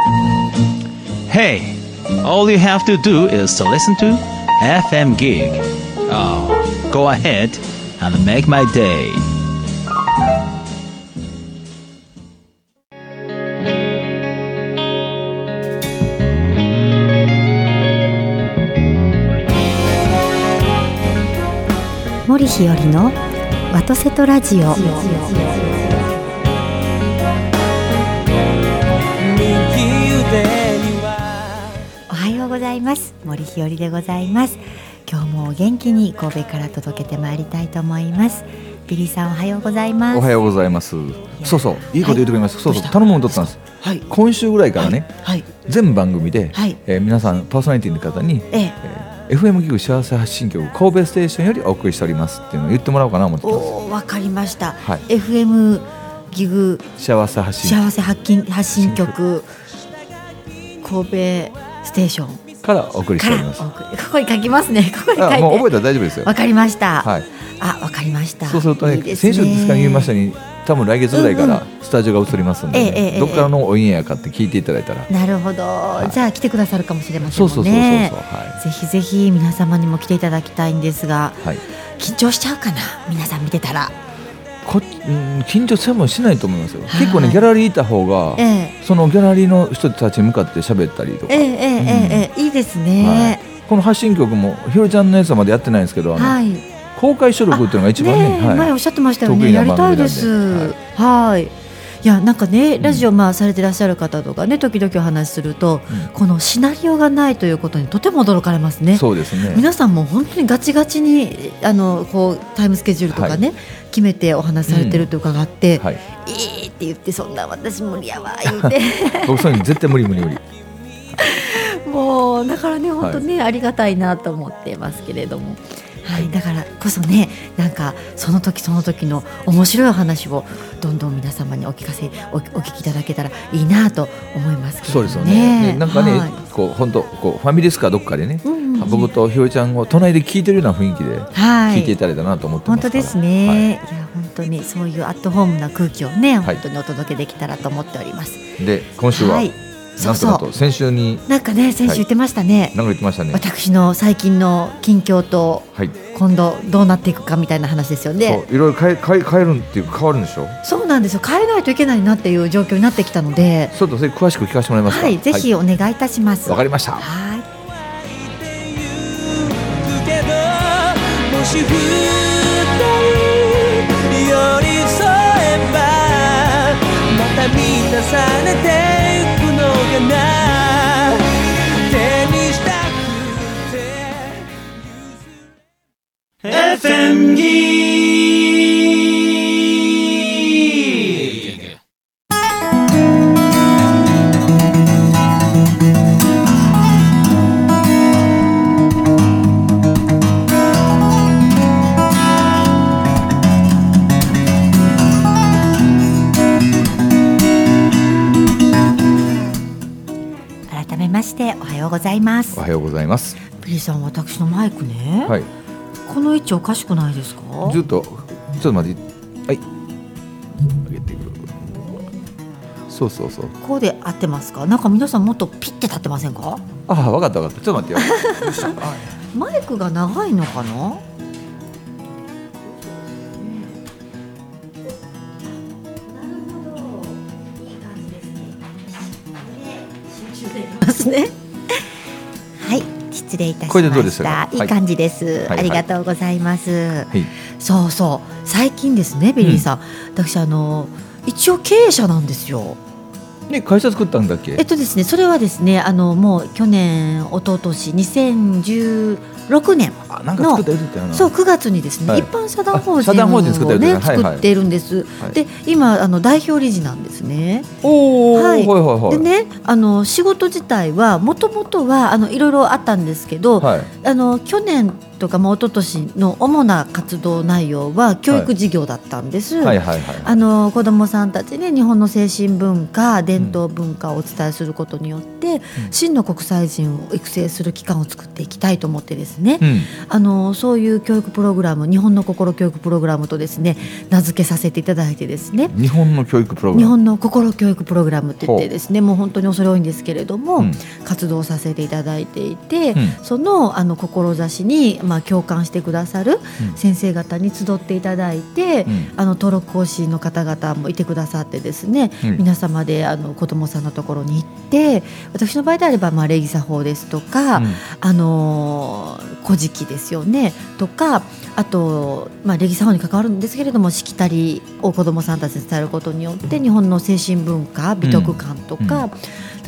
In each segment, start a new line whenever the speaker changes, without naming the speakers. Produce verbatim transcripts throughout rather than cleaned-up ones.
Hey, all you have to do is to listen to エフエム Gig. Oh, go ahead and make my day.
森日和のワトセトラジオ。おはようございます。森日和でございます。今日も元気に神戸から届けてまいりたいと思います。ビリーさんおはようございます。
おはようございます。そうそういいこと言ってくれます、はい、そうそう頼むもの取ったんです、はい、今週ぐらいからね、はいはい、全番組で、はいえー、皆さんパーソナリティの方に、えええー、エフエム ギグ幸せ発信局神戸ステーションよりお送りしておりますっていうのを言ってもらおうかなと思ってます。
おー、わかりました、はい、エフエム ギグ
幸せ発信
幸せ発信発信局神戸ステーション
からお送りしております。
ここに書きますね。ここに書いて
もう覚えたら大丈夫ですよ。
わかりました、はい、あ、わかりました。
そうするとね、いいですね、先週ですか言いましたに多分来月ぐらいからスタジオが移りますんで、ねうんうんええ、どっからのオンエアかって聞いていただいたら、
なるほど、はい、じゃあ来てくださるかもしれませんもんね。
そうそうそうそうそう、はい、
ぜひぜひ皆様にも来ていただきたいんですが、はい、緊張しちゃうかな皆さん見てたら。
こうん、緊張せもしないと思いますよ。結構ねギャラリーいた方が、ええ、そのギャラリーの人たちに向かって喋ったりとか、
ええええええ、いいですね、はい、
この発信局もひろりちゃんのやつまでやってないんですけど、あの、はい、公開収録っていうのが一番 ね, ね、はい、
前おっしゃってましたよね。やりたいです。はい、はい、いやなんかねラジオまあされてらっしゃる方とかね時々お話しすると、うん、このシナリオがないということにとても驚かれますね。
そうですね。
皆さんも本当にガチガチにあのこうタイムスケジュールとかね、はい、決めてお話しされてると伺って、うんはい、いいって言ってそんな私無理やわ言って
僕そういうの絶対無理無理無理
もうだからね本当ね、はい、ありがたいなと思ってますけれども、はい、だからこそねなんかその時その時の面白い話をどんどん皆様にお聞かせ お, お聞きいただけたらいいなと思いますけどね。
そうですよね。なんかね、はい、こう本当こうファミレスかどっかでね、うんうんうん、僕とひろりちゃんを隣で聞いてるような雰囲気で聞いていただいたなと思ってますから、はい、本当
ですね、はい、いや本当にそういうアットホームな空気をね、はい、本当にお届けできたらと思っております。
で今週は、はいそうそうなんと先週に
なんかね先週言ってましたね、はい、
なんか言ってましたね。
私の最近の近況と、はい、今度どうなっていくかみたいな話ですよね。
そういろいろ変え、変え、変えるっていうか変わるんでしょ。
そうなんですよ。変えないといけないなっていう状況になってきたので
ちょっとそれ詳しく聞かせてもらえますか。
はいぜひお願いいたします。
わ、はい、かりました。はいもし二人寄り添えばまた満たされていくのかな手にしたくて エフエム ギグ
ましておはようございます。
おはようございます。
ビリーさん私のマイクね、はい、この位置おかしくないですか。
ずっとちょっと待ってはい上げてくる。そうそうそう
こうで合ってますか。なんか皆さんもっとピッて立ってませんか。
ああ分かった分かったちょっと待ってよ
マイクが長いのかな。なるほどいい感じですね。集中できますねはい失礼いたしました。これでどうですか。いい感じです、はい、ありがとうございます、はい、そうそう最近ですねベリーさん、うん、私あの一応経営者なんですよ。
ね、会社作ったんだっけ。
えっとですねそれはですねあのもう去年一昨年にせんじゅうろくねんのそうくがつにですね、はい、一般社団法人を、ね、作っているんです、はいはい、で今あの代表理事なんですね。
おー、はいはいはいはい、
でねあの仕事自体はもともとはあのいろいろあったんですけど、はい、あの去年とかも一昨年の主な活動内容は教育事業だったんです、はいはいはいはい、あの子どもさんたちに日本の精神文化伝統文化をお伝えすることによって、 で、うん、真の国際人を育成する機関を作っていきたいと思ってですね、うん、あのそういう教育プログラム、日本の心教育プログラムとですね名付けさせていただいてですね、
日本の教育プログラム、
日本の心教育プログラムって言ってですね、もう本当に恐れ多いんですけれども、うん、活動させていただいていて、うん、そのあの志に、まあ、共感してくださる先生方に集っていただいて、うん、あの登録講師の方々もいてくださってですね、うん、皆様であの子どもさんのところに行って、私の場合であれば、まあ、礼儀作法ですとか、うん、あの古事記ですよねとか、あと、まあ、礼儀作法に関わるんですけれども、しきたりを子どもさんたちに伝えることによって日本の精神文化、美徳観とか、うん、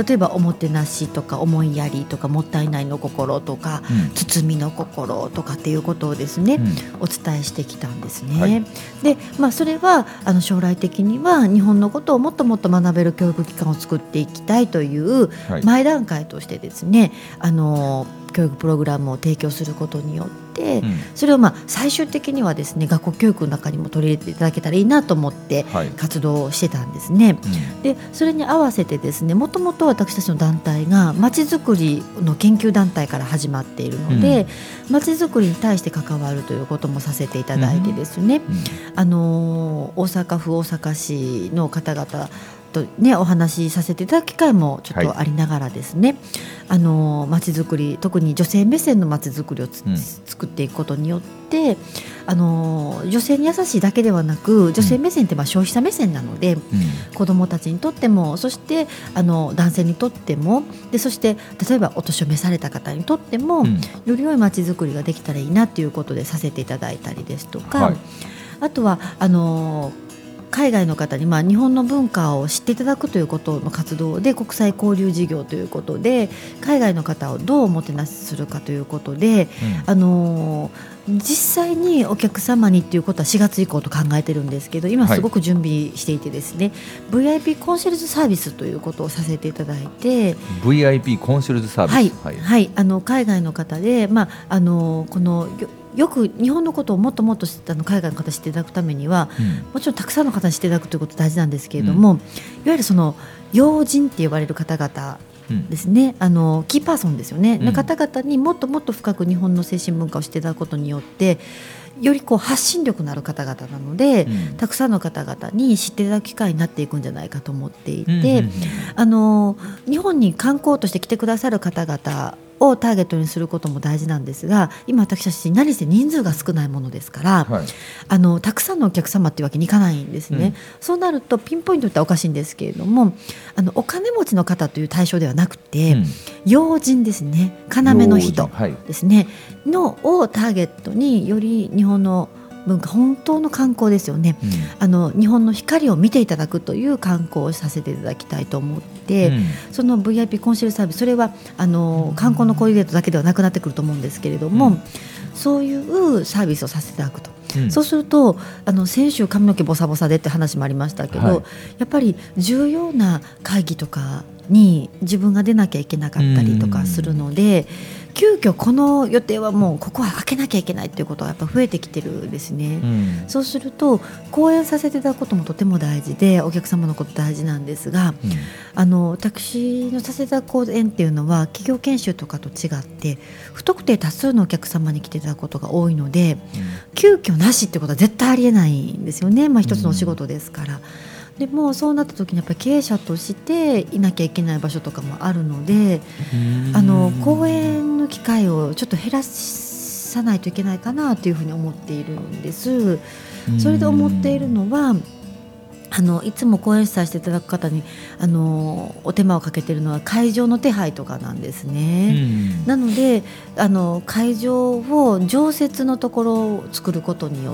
例えばおもてなしとか思いやりとかもったいないの心とか、うん、包みの心とかっていうことをですね、うん、お伝えしてきたんですね、はい、で、まあ、それはあの将来的には日本のことをもっともっと学べる教育機関を作っていきたいという前段階としてですね、はい、あの教育プログラムを提供することによって、うん、それをまあ最終的にはですね学校教育の中にも取り入れていただけたらいいなと思って活動をしてたんですね、はい、でそれに合わせてですね、もともと私たちの団体がまちづくりの研究団体から始まっているので、まちづくりに対して関わるということもさせていただいてですね、うんうん、あの大阪府大阪市の方々とね、お話しさせていただく機会もちょっとありながらですね、はい、あの街づくり、特に女性目線の街づくりをつ、うん、作っていくことによってあの女性に優しいだけではなく、女性目線ってまあ消費者目線なので、うん、子どもたちにとっても、そしてあの男性にとってもで、そして例えばお年を召された方にとっても、うん、より良い街づくりができたらいいなということでさせていただいたりですとか、はい、あとはあの海外の方に、まあ、日本の文化を知っていただくということの活動で、国際交流事業ということで海外の方をどうおもてなしするかということで、うん、あの実際にお客様にということはしがつ以降と考えてるんですけど、今すごく準備していてですね、はい、ブイアイピー コンシェルジュサービスということをさせていただいて、
ブイアイピー コンシェルジュサービス、
はいはいはい、あの海外の方で、まあ、あのこのよく日本のことをもっともっとあの海外の方に知っていただくためには、うん、もちろんたくさんの方に知っていただくということ大事なんですけれども、うん、いわゆるその要人って呼ばれる方々ですね、うん、あのキーパーソンですよね、うん、の方々にもっともっと深く日本の精神文化を知っていただくことによって、よりこう発信力のある方々なので、うん、たくさんの方々に知っていただく機会になっていくんじゃないかと思っていて、うんうんうん、あの日本に観光として来てくださる方々をターゲットにすることも大事なんですが、今私たち何せ人数が少ないものですから、はい、あのたくさんのお客様っていうわけにいかないんですね、うん、そうなるとピンポイントっておかしいんですけれども、あのお金持ちの方という対象ではなくて、うん、要人ですね、要の人ですね、はい、のをターゲットにより日本の文化、本当の観光ですよね、うん、あの日本の光を見ていただくという観光をさせていただきたいと思って、うん、その ブイアイピー コンシェルサービス、それはあの観光のコーディネートだけではなくなってくると思うんですけれども、うん、そういうサービスをさせていただくと、うん、そうするとあの先週髪の毛ボサボサでって話もありましたけど、はい、やっぱり重要な会議とかに自分が出なきゃいけなかったりとかするので、急遽この予定はもうここは開けなきゃいけないということがやっぱ増えてきてるんですね、うん、そうすると講演させていただくこともとても大事で、お客様のこと大事なんですが、うん、あの私のさせていただく講演っていうのは企業研修とかと違って不特定多数のお客様に来ていただくことが多いので、うん、急遽なしってことは絶対ありえないんですよね、まあ、一つのお仕事ですから、うんでもそうなった時にやっぱり経営者としていなきゃいけない場所とかもあるので、あの講演の機会をちょっと減らさないといけないかなというふうに思っているんです。それで思っているのは、あのいつも講演させていただく方にあのお手間をかけているのは会場の手配とかなんですね。なのであの会場を常設のところを作ることによって、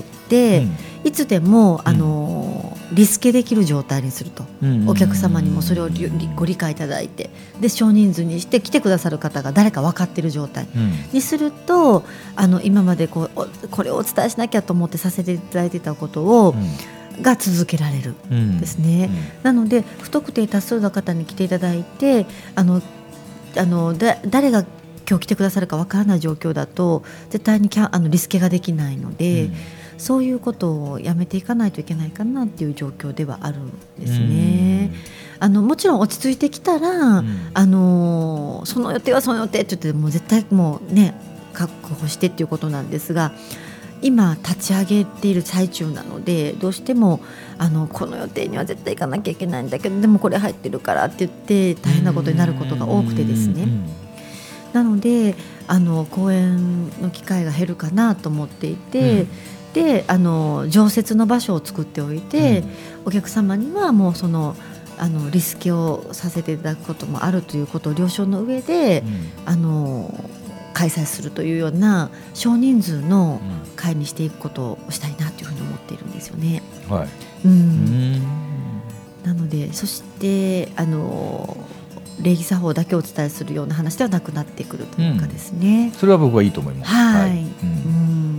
うん、いつでもあの、うん、リスケできる状態にすると、うん、お客様にもそれをご理解いただいて、で少人数にして来てくださる方が誰か分かっている状態にすると、うん、あの今までこうこれをお伝えしなきゃと思ってさせていただいていたことを、うんが続けられるですね、うんうん、なので不特定多数の方に来ていただいて、あのあのだ誰が今日来てくださるかわからない状況だと絶対にキャあのリスケができないので、うん、 そういうことをやめていかないといけないかなっていう状況ではあるんですね。あのもちろん落ち着いてきたら、うん、あのその予定はその予定って言ってもう絶対もうね確保してっていうことなんですが、今立ち上げている最中なので、どうしてもあのこの予定には絶対行かなきゃいけないんだけど、でもこれ入ってるからって言って大変なことになることが多くてですね、なのであの講演の機会が減るかなと思っていて、うん、であの常設の場所を作っておいて、うん、お客様にはもうそのあのリスケをさせていただくこともあるということを了承の上で、うん、あの開催するというような少人数の会にしていくことをしたいなというふうに思っているんですよね。はい、うん、なのでそしてあの礼儀作法だけお伝えするような話ではなくなってくるというかですね、
うん、それは僕はいいと思います。
はい、はい、うん、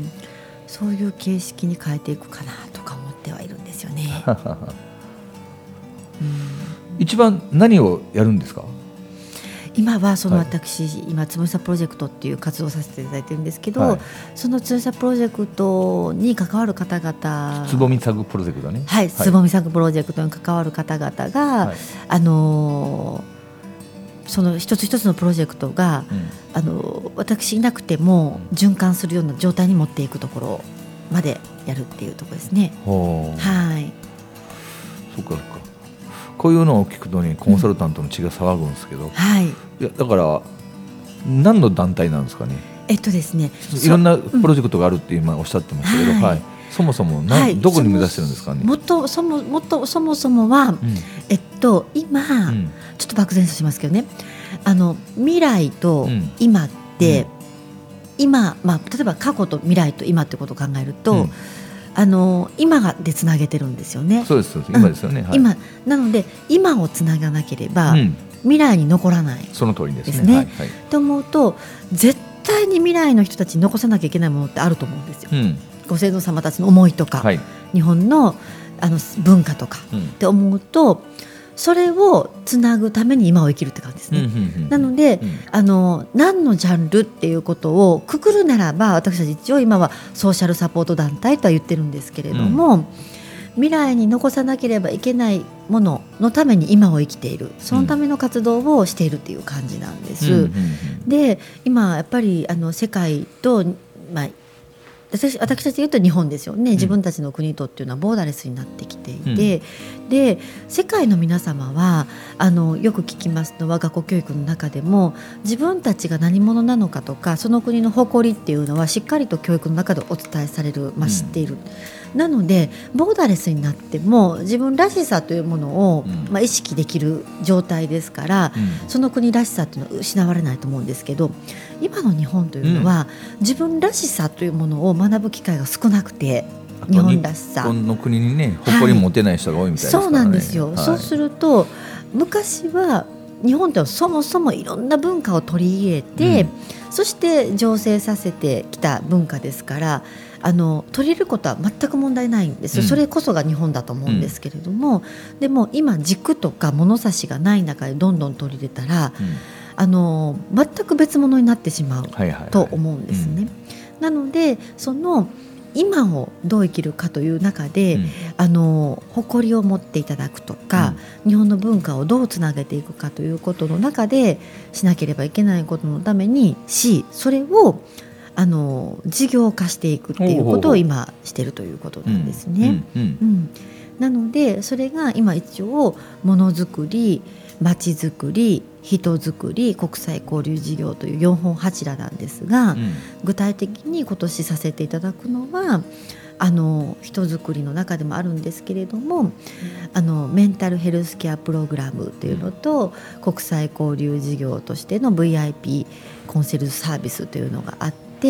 そういう形式に変えていくかなとか思ってはいるんですよね。
うん、一番何をやるんですか？
今はその私、はい、今つぼみさプロジェクトっていう活動をさせていただいてるんですけど、はい、そのつぼみさプロジェクトに関わる方々、
つぼみさぐプロジェクトね、
はい、つぼみさぐプロジェクトに関わる方々が、はい、あのその一つ一つのプロジェクトが、うん、あの私いなくても循環するような状態に持っていくところまでやるっていうところですね。はい。
そうかそうか。こういうのを聞くとね、コンサルタントの血が騒ぐんですけど、うん、はい、いやだから何の団体なんですかね。
えっとですね、
いろんなプロジェクトがあるって今おっしゃってましたけど、うん、はい、そもそもな、はい、どこに目指してるんですかね。
もっとそももっとそもそもは、うん、えっと今、うん、ちょっと漠然としますけどね、あの未来と今って、うん、今、まあ、例えば過去と未来と今ってことを考えると、うん、あの今がでつなげてるんですよね。
そうですそうです、今ですよね、うん、はい、
今なので今をつながなければ、うん、未来に残らないですね。
その通りですね。はいはい、
と思うと絶対に未来の人たちに残さなきゃいけないものってあると思うんですよ、うん、ご先祖様たちの思いとか、はい、日本の、あの文化とか、うん、って思うとそれをつなぐために今を生きるって感じですね、うんうんうん、なので、うん、あの何のジャンルっていうことをくくるならば、私たち一応今はソーシャルサポート団体とは言ってるんですけれども、うん、未来に残さなければいけないもののために今を生きている、そのための活動をしているっていう感じなんです、うんうんうんうん、で今やっぱりあの世界と、まあ私, 私たちで言うと日本ですよね、自分たちの国とっていうのはボーダレスになってきていて、うん、で世界の皆様はあのよく聞きますのは、学校教育の中でも自分たちが何者なのかとか、その国の誇りっていうのはしっかりと教育の中でお伝えされる、まあ、知っている、うん、なのでボーダレスになっても自分らしさというものを、うん、まあ、意識できる状態ですから、うん、その国らしさというのは失われないと思うんですけど、今の日本というのは、うん、自分らしさというものを学ぶ機会が少なくて、日本らしさ、
日本の国にね誇り持てない人が多いみたいですからね、はい、そうなんですよ、
はい、そうすると昔は日本ってそもそもいろんな文化を取り入れて、うん、そして醸成させてきた文化ですから、あの取り入れることは全く問題ないんですよ、うん、それこそが日本だと思うんですけれども、うん、でも今軸とか物差しがない中でどんどん取り入れたら、うん、あの全く別物になってしまうと思うんですね。なのでその今をどう生きるかという中で、うん、あの誇りを持っていただくとか、うん、日本の文化をどうつなげていくかということの中でしなければいけないことのためにし、それをあの事業化していくっていうことを今しているということなんですね。なのでそれが今一応ものづくり、まちづくり、人づくり、国際交流事業というよんほん柱なんですが、うん、具体的に今年させていただくのはあの人づくりの中でもあるんですけれども、うん、あのメンタルヘルスケアプログラムというのと、うん、国際交流事業としての ブイアイピー コンセルサービスというのがあって、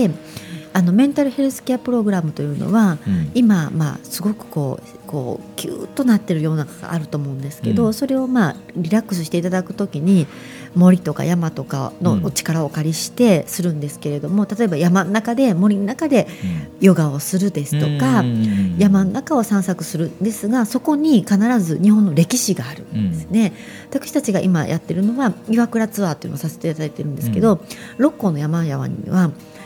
あのメンタルヘルスケアプログラムというのは、うん、今、まあ、すごくこうこうキューッとなっている世の中があると思うんですけど、うん、それを、まあ、リラックスしていただくときに森とか山とかのお力をお借りしてするんですけれども、例えば山の中で森の中でヨガをするですとか、うん、山の中を散策するんですが、そこに必ず日本の歴史があるんですね、うん、私たちが今やってるのは岩倉ツアーというのをさせていただいてるんですけど、うん、六甲の山々には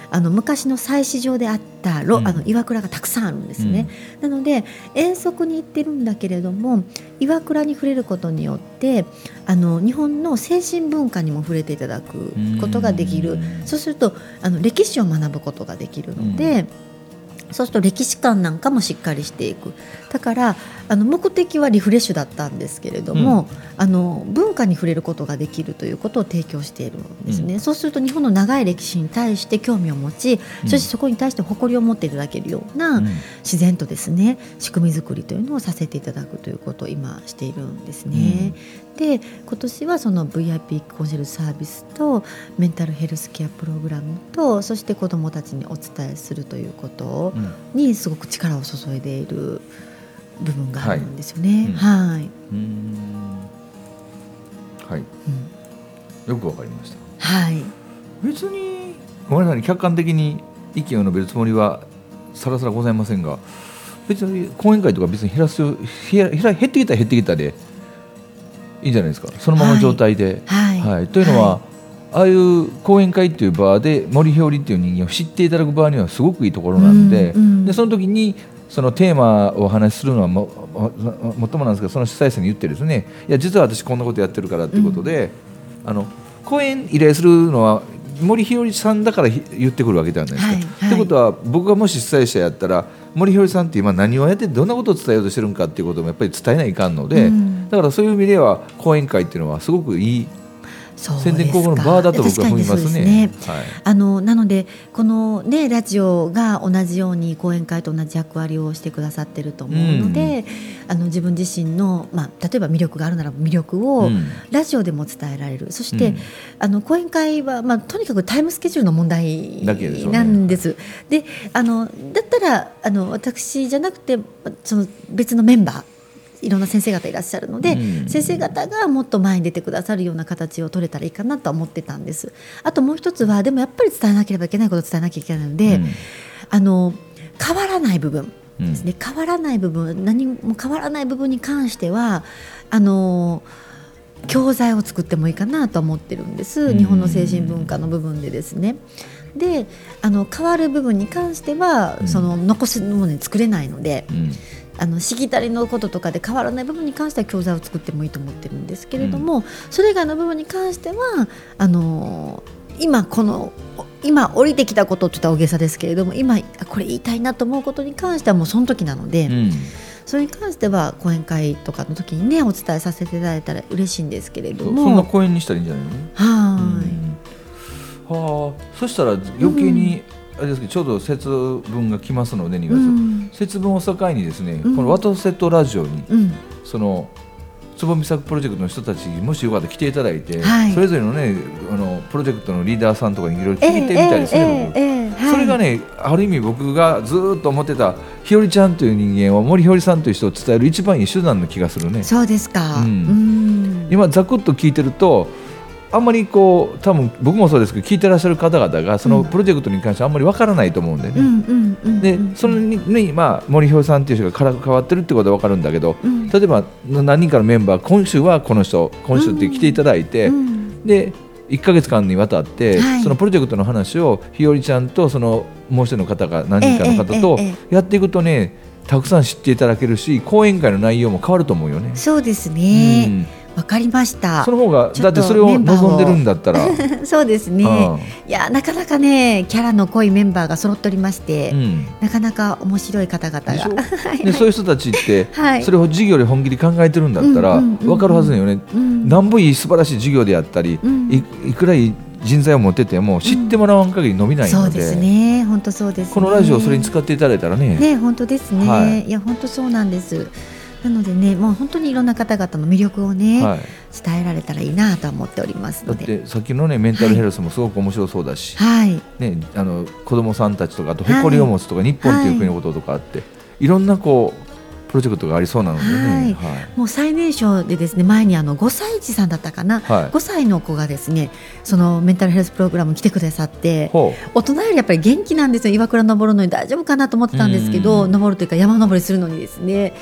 あの昔の祭祀場であったロ、うん、あの岩倉がたくさんあるんですね、うん、なので遠足に行ってるんだけれども岩倉に触れることによってあの日本の精神文化にも触れていただくことができる、うん、そうするとあの歴史を学ぶことができるので、うんそうすると歴史観なんかもしっかりしていく。だからあの目的はリフレッシュだったんですけれども、うん、あの文化に触れることができるということを提供しているんですね、うん、そうすると日本の長い歴史に対して興味を持ち、うん、そしてそこに対して誇りを持っていただけるような、うん、自然とですね仕組み作りというのをさせていただくということを今しているんですね、うん、で今年はその ブイアイピー コンシェルジュサービスとメンタルヘルスケアプログラムとそして子どもたちにお伝えするということにすごく力を注いでいる部分があるんですよね。はい。うん、
はい。うん、よくわかりました。
はい。
別にごめんなさい、客観的に意見を述べるつもりはさらさらございませんが、別に講演会とか別に減らす減ってきたら減ってきたでいいんじゃないですか。そのままの状態で。はい。はいはい、というのは。はいああいう講演会っていう場で森ひよりっていう人間を知っていただく場合にはすごくいいところなんで、うんうん、でその時にそのテーマをお話しするのは も, もっともなんですけどその主催者に言ってですねいや実は私こんなことやってるからっていうことで、うん、あの講演依頼するのは森ひよりさんだから言ってくるわけじゃないですか、はいはい、ってことは僕がもし主催者やったら森ひよりさんって今何をやってどんなことを伝えようとしてるのかっていうこともやっぱり伝えないかんので、うん、だからそういう意味では講演会っていうのはすごくいい宣伝広告の場だと僕は思いますね。
ねはい、あのなのでこの、ね、ラジオが同じように講演会と同じ役割をしてくださっていると思うので、うん、あの自分自身の、まあ、例えば魅力があるなら魅力をラジオでも伝えられる、うん、そして、うん、あの講演会は、まあ、とにかくタイムスケジュールの問題なんです。で、あのだったらあの私じゃなくてその別のメンバーいろんな先生方いらっしゃるので、うん、先生方がもっと前に出てくださるような形を取れたらいいかなと思ってたんです。あともう一つはでもやっぱり伝えなければいけないことを伝えなきゃいけないので、うん、あの変わらない部分ですね、うん、変わらない部分何も変わらない部分に関してはあの教材を作ってもいいかなと思ってるんです、うん、日本の精神文化の部分でですね。であの変わる部分に関しては、うん、その残すものに作れないので、うんあのしきたりのこととかで変わらない部分に関しては教材を作ってもいいと思ってるんですけれども、うん、それ以外の部分に関してはあの今この今降りてきたことって言ったら大げさですけれども今これ言いたいなと思うことに関してはもうその時なので、うん、それに関しては講演会とかの時にねお伝えさせていただいたら嬉しいんですけれども
そ, そんな講演にしたらいいんじゃないの。
はい、
うん、はあそしたら余計に、うんあれですけどちょうど節分が来ますのでにがつ、うん、節分を境にですね、うん、このワトセットラジオに、うん、そのつぼみ作プロジェクトの人たちもしよかったら来ていただいて、はい、それぞれのねあのプロジェクトのリーダーさんとかにいろいろ聞いてみたいですね、えーえーえー、それがね、はい、ある意味僕がずっと思ってたひよりちゃんという人間を森ひよりさんという人を伝える一番いい手段の気がするね。
そうですか、うん
うん、今ざくっと聞いてるとあんまりこう多分僕もそうですけど聞いてらっしゃる方々がそのプロジェクトに関してあんまりわからないと思うんでね。でそれに、ねまあ、森ひよりさんっていう人がから関わってるってことはわかるんだけど、うん、例えば何人かのメンバー今週はこの人今週って来ていただいて、うん、でいっかげつかんにわたって、はい、そのプロジェクトの話をひよりちゃんとそのもう一人の方が何人かの方とやっていくとねたくさん知っていただけるし講演会の内容も変わると思うよね。
そうですね、うんわかりました。
その方がだってそれを望んでるんだったら
そうですね、うん、いやなかなかねキャラの濃いメンバーが揃っておりまして、うん、なかなか面白い方々が
でそういう人たちって、はい、それを授業で本気で考えてるんだったら分かるはずだよね、うん、なんぼいい素晴らしい授業であったり、うん、い, いくらいい人材を持ってても知ってもらわん限り伸びないので、うん、
そうですね本当そうですね。
このラジオをそれに使っていただいたらね
ね本当ですね、はい、いや本当そうなんです。なのでねもう本当にいろんな方々の魅力をね、はい、伝えられたらいいなと思っておりますので。
だってさっきのねメンタルヘルスもすごく面白そうだし、はいね、あの子どもさんたちとかあと誇りを持つとか、はい、日本という国のこととかあって、はい、いろんなこうプロジェクトがありそうなのでね、はいはい、
もう最年少でですね前にあのごさい児さんだったかな、はい、ごさいの子がですねそのメンタルヘルスプログラムに来てくださって大人よりやっぱり元気なんですよ。岩倉登るのに大丈夫かなと思ってたんですけど登るというか山登りするのにですね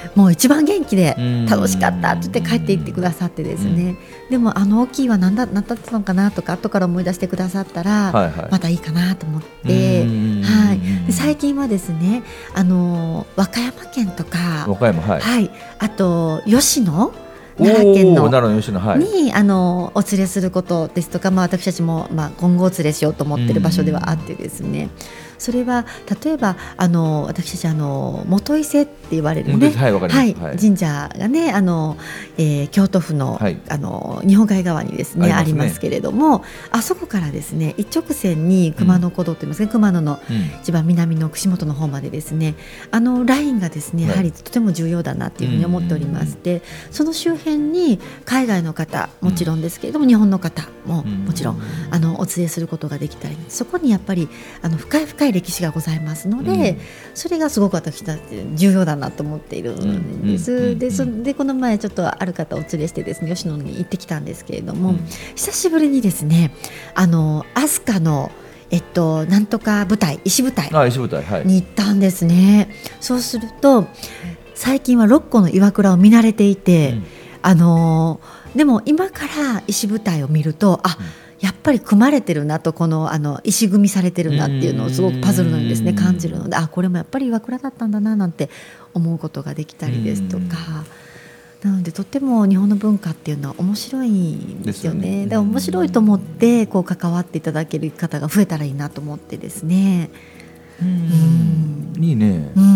もう一番元気で楽しかったって言って帰っていってくださってですね、でもあの大きいは何だ何だったのかなとか後から思い出してくださったら、はいはい、またいいかなと思って、はい、で最近はですねあの和歌山県とか
和歌山、はい
はい、あと吉野奈良県の
奈良の吉野、はい、
にあのお連れすることですとか、まあ、私たちも、まあ、今後お連れしようと思っている場所ではあってですね、それは例えばあの私たちあの元伊勢って言われるね、
はいはいはい、
神社がねあの、えー、京都府の、はい、あの日本海側にですね、ありますけれども、あそこからですね一直線に熊野古道といいますか、熊野の一番南の串本の方までですね、あのラインがですねやはりとても重要だなというふうに思っておりまして、その周辺に海外の方もちろんですけれども、日本の方ももちろんあのお連れすることができたり、そこにやっぱりあの深い深い歴史がございますので、うん、それがすごく私たち重要だなと思っているんです、うんうんうん、で, そでこの前ちょっとある方をお連れしてですね吉野に行ってきたんですけれども、うん、久しぶりにですねあの飛鳥のえっと、なんとか舞台石舞台に行ったんですね、はい、そうすると最近はろっこの岩倉を見慣れていて、うん、あのでも今から石舞台を見るとあ、うんやっぱり組まれてるなとこの、あの石組みされてるなっていうのをすごくパズルのようにですね感じるので、あこれもやっぱり岩倉だったんだななんて思うことができたりですとか、なのでとても日本の文化っていうのは面白いんですよね。だから面白いと思ってこう関わっていただける方が増えたらいいなと思ってですね。
うんうんいいね、うん、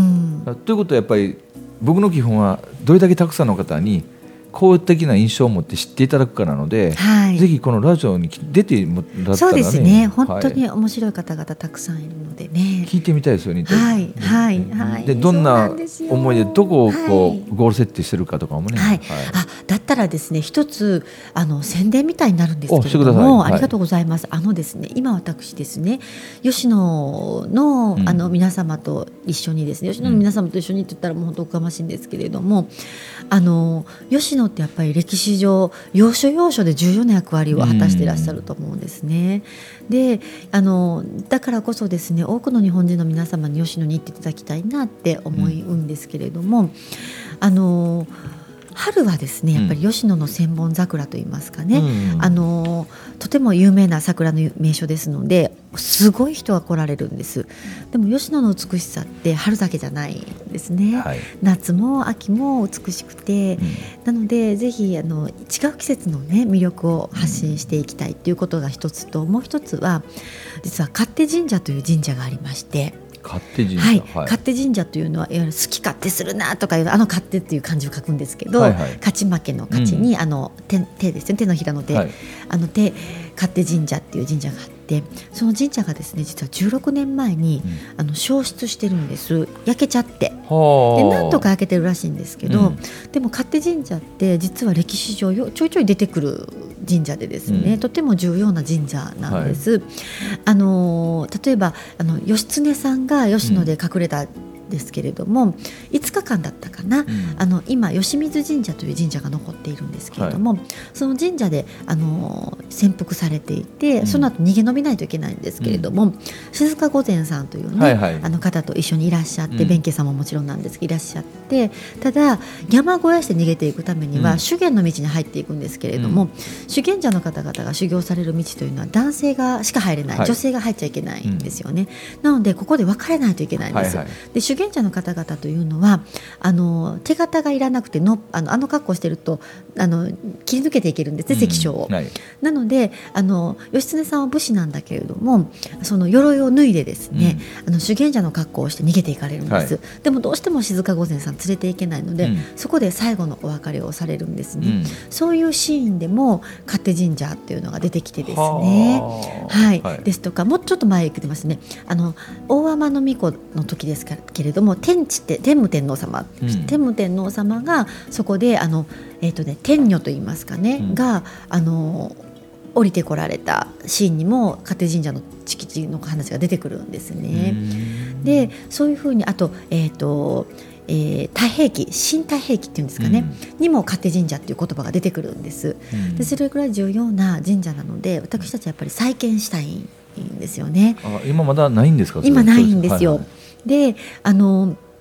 ということはやっぱり僕の基本はどれだけたくさんの方に公的な印象を持って知っていただくからなので、はい、ぜひこのラジオに出てもらったらね、
そうですね本当に面白い方々たくさんいるのでね、
聞いてみたいですよね。
はいはいはい、
でどんな思いでどこをこう、はい、ゴール設定してるかとかもね、
はいはい、あだったらですね一つあの宣伝みたいになるんですけれども、はい、ありがとうございます。あのですね今私ですね吉野 の, あの皆様と一緒にですね、うん、吉野の皆様と一緒にって言ったらもう本当おかましいんですけれども、あの吉野ってやっぱり歴史上要所要所で重要な役割を果たしていらっしゃると思うんですね。であのだからこそですね多くの日本人の皆様に吉野に行っていただきたいなって思うんですけれども、うん、あの春はですねやっぱり吉野の千本桜といいますかね、うん、あのとても有名な桜の名所ですのですごい人が来られるんです。でも吉野の美しさって春だけじゃないんですね、はい、夏も秋も美しくて、うん、なのでぜひあの違う季節の、ね、魅力を発信していきたいということが一つと、もう一つは実は勝手神社という神社がありまして、
勝手神社、
はいはい、勝手神社というのはいわゆる好き勝手するなとかいうあの勝手っていう漢字を書くんですけど、はいはい、勝ち負けの勝ちに、うん、あの 手, 手ですね手のひらの手、はい、あの手勝手神社っていう神社があって、その神社がですね実はじゅうろくねんまえに、うん、あの焼失してるんです。焼けちゃってで何とか焼けてるらしいんですけど、うん、でも勝手神社って実は歴史上よちょいちょい出てくる神社でですね、うん、とても重要な神社なんです、はい、あの例えばあの義経さんが吉野で隠れたですけれども、うん、いつかかんだったかな、うん、あの今吉水神社という神社が残っているんですけれども、はい、その神社であの潜伏されていて、うん、その後逃げ延びないといけないんですけれども、うん、静御前さんという、ねはいはい、あの方と一緒にいらっしゃって、うん、弁慶さんももちろんなんですけどいらっしゃって、ただ山小屋して逃げていくためには、うん、修験の道に入っていくんですけれども、うん、修験者の方々が修行される道というのは男性がしか入れない、はい、女性が入っちゃいけないんですよね、うん、なのでここで別れないといけないんです、はいはい、で修験者の方々というのはあの手形がいらなくての あの、あの格好してるとあの切り抜けていけるんですね、関所を、はい、なのであの義経さんは武士なんだけれどもその鎧を脱いでですね、うん、あの修験者の格好をして逃げていかれるんです、はい、でもどうしても静御前さん連れていけないので、うん、そこで最後のお別れをされるんですね、うん、そういうシーンでも勝手神社っていうのが出てきてですね、はいはい、ですとかもうちょっと前行ってますね、あの大海人皇子の時ですけれども天智って天武天皇様、うん、天武天皇様がそこであの、えーとね、天女といいますかね、うん、があの降りてこられたシーンにも勝手神社の敷地の話が出てくるんですね。でそういうふうにあと、えーとえー、太平記新太平記っていうんですかね、うん、にも勝手神社っていう言葉が出てくるんです、うん、でそれくらい重要な神社なので私たちはやっぱり再建したいんですよね。
あ今まだないんですか？
今ないんですよ、はいはい、であの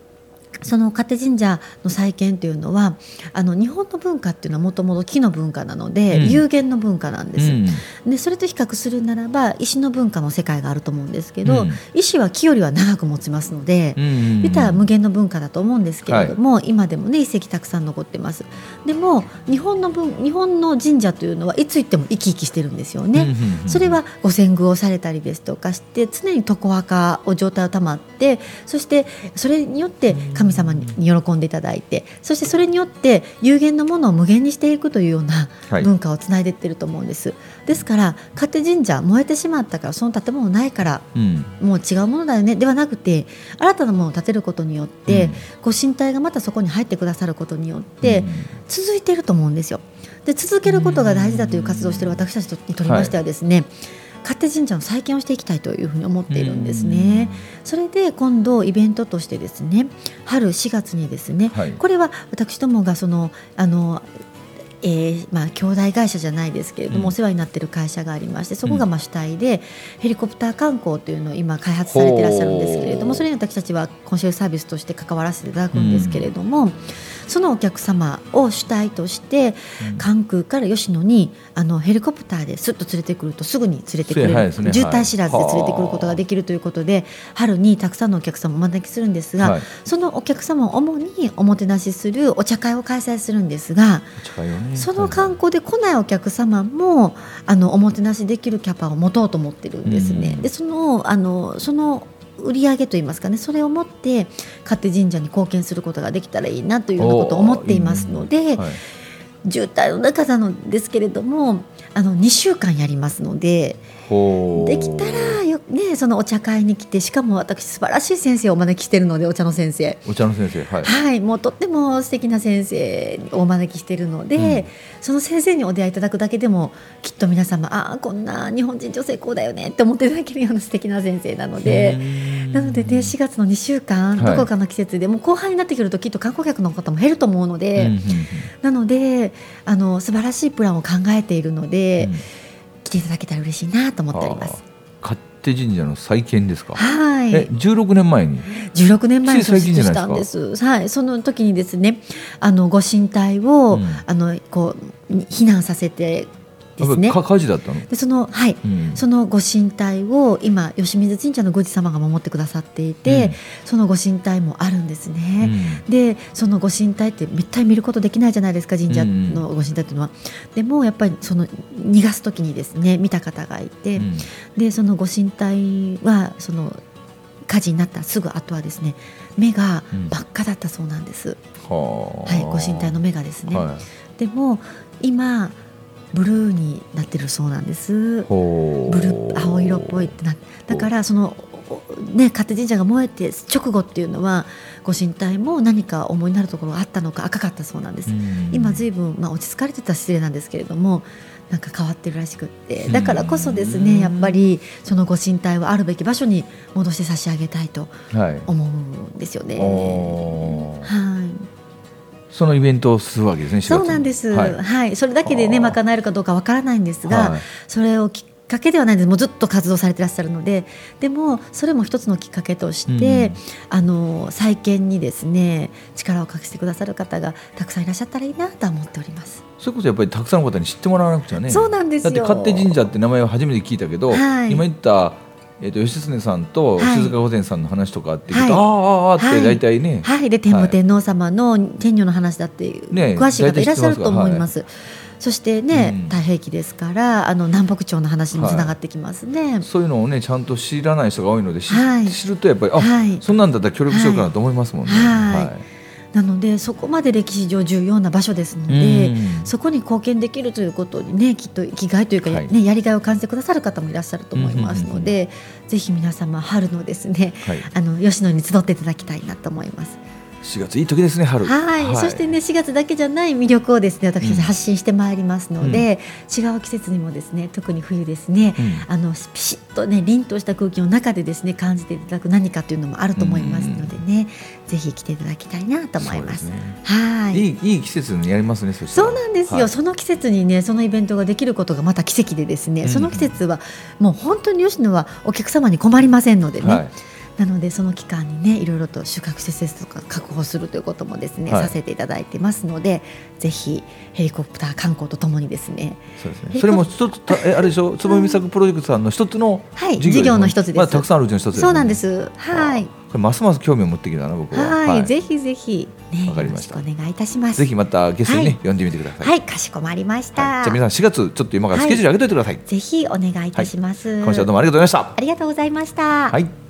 その勝手神社の再建というのはあの日本の文化っていうのはもともと木の文化なので、うん、有限の文化なんです、うん、でそれと比較するならば石の文化の世界があると思うんですけど、うん、石は木よりは長く持ちますので、うん、言ったら無限の文化だと思うんですけれども、はい、今でもね遺跡たくさん残ってます。でも日本の文日本の神社というのはいつ行っても生き生きしてるんですよね、うんうんうん、それはご遷宮をされたりですとかして常に常若を状態を保って、そしてそれによって神様に喜んでいただいて、そしてそれによって有限のものを無限にしていくというような文化をつないでいってると思うんです、はい、ですから勝手神社燃えてしまったからその建物ないから、うん、もう違うものだよねではなくて、新たなものを建てることによって、うん、ご神体がまたそこに入ってくださることによって続いていると思うんですよ。で続けることが大事だという活動をしている私たちにとりましてはですね、はい、勝手神社の再建をしていきたいというふうに思っているんですね。それで今度イベントとしてですね、春しがつにですね、はい、これは私どもがそのあのえーまあ、兄弟会社じゃないですけれども、うん、お世話になっている会社がありまして、そこがまあ主体で、うん、ヘリコプター観光というのを今開発されていらっしゃるんですけれども、それに私たちはコンシェルサービスとして関わらせていただくんですけれども、うん、そのお客様を主体として、うん、関空から吉野にあのヘリコプターですっと連れてくるとすぐに連れてくれる、ね、渋滞知らずで連れてくることができるということで、春にたくさんのお客様をお招きするんですが、はい、そのお客様を主におもてなしするお茶会を開催するんですが、お茶会をね、その観光で来ないお客様もあのおもてなしできるキャパを持とうと思ってるんですね、うん、でそのあのその売り上げといいますかね、それを持って勝手神社に貢献することができたらいいなというようなことを思っていますので、いいね、はい、渋滞の中なのですけれどもあのにしゅうかんやりますので、できたらよ、ね、そのお茶会に来て、しかも私素晴らしい先生をお招きしているので、お茶の先生
お茶の先生、はい
はい、もうとっても素敵な先生をお招きしているので、うん、その先生にお出会いいただくだけでもきっと皆様、ああこんな日本人女性こうだよねって思っていただけるような素敵な先生なので、なので、ね、しがつのにしゅうかん、はい、どこかの季節でもう後半になってくるときっと観光客の方も減ると思うので、うんうんうん、なのであの素晴らしいプランを考えているので、うん、来ていただけたら嬉しいなと思っております。
勝手神社の再建ですか。
はい、
えじゅうろくねんまえに
じゅうろくねんまえに創設したんです。はい、その時にですね、あのご神体を、うん、あのこう避難させてですね、
火事だったので、
その、はいうん、そのご神体を今吉水神社の宮司様が守ってくださっていて、うん、そのご神体もあるんですね、うん、でそのご神体ってめったに見ることできないじゃないですか、神社のご神体っていうのは、うん、でもやっぱりその逃がす時にですね見た方がいて、うん、でそのご神体はその火事になったすぐ後はですね目が真っ赤だったそうなんです、うん、はい、ご神体の目がですね、はい、でも今ブルーになってるそうなんです。ブルー青色っぽいってな、だからそのね、勝手神社が燃えて直後っていうのはご神体も何か思いになるところがあったのか赤かったそうなんです。今ずいぶん、まあ、落ち着かれてた失礼なんですけれどもなんか変わってるらしくって、だからこそですねやっぱりそのご神体をあるべき場所に戻して差し上げたいと思うんですよね、はいはい、
そのイベントをするわけですね。
そうなんです、はいはい、それだけでね賄えるかどうかわからないんですが、はい、それをきっかけではないんです。もうずっと活動されていらっしゃるので、でもそれも一つのきっかけとして、うん、あの再建にですね力を貸してくださる方がたくさんいらっしゃったらいいなと思っております。
そういうことやっぱりたくさんの方に知ってもらわなくちゃね。
そうなんですよ。
だって勝手神社って名前を初めて聞いたけど、はい、今言ったえー、と吉常さんと静岡御前さんの話とかって言うと、はい、ああああって大体ね、
はいはい、で天武天皇様の天女の話だっていう、ね、詳しい方いらっしゃると思います、はい、そしてね、うん、太平記ですからあの南北朝の話にもつながってきますね、はい、
そういうのをねちゃんと知らない人が多いので、はい、知るとやっぱりあ、はい、そんなんだったら協力しようかなと思いますもんね、はいはいはい、
なのでそこまで歴史上重要な場所ですので、そこに貢献できるということにねきっと生きがいというか、はいね、やりがいを感じてくださる方もいらっしゃると思いますので、うんうんうんうん、ぜひ皆様春のですね、はい、あの吉野に集っていただきたいなと思います。
しがついい時ですね春、
はいはい、そしてねしがつだけじゃない魅力をですね私たち発信してまいりますので、うん、違う季節にもですね特に冬ですね、うん、あのピシッとね凛とした空気の中でですね感じていただく何かというのもあると思いますのでね、うん、ぜひ来ていただきたいなと思います。そうですね、はい、いい、
いい季節にやりますね。そ
そうなんですよ、はい、その季節にねそのイベントができることがまた奇跡でですね、うん、その季節はもう本当に吉野はお客様に困りませんのでね、はい、 なのでその期間にねいろいろと宿泊施設とか確保するということもですね、はい、させていただいてますので、ぜひヘリコプター観光とともにですね、
そうですね、それも一つえあれでしょ、つぼみ作プロジェクトさんの一つの事業、
はい、事業の一つです。
まあ、たくさんあるうちの一つです、ね、
そうなんです。はい。
これますます興味を持ってきたな僕は。
はい、はい、ぜひぜひ、ね、
わかりました。
よろしくお願いいたします。
ぜひまたゲストに、ね、はい、呼んでみてください。
はい、かしこまりました。
はい、じゃあ皆さんしがつちょっと今からスケジュール上げておいてください。はい、
ぜひお願いいたします。
はい、今週はどうもありがとうございました。
ありがとうございました。
はい。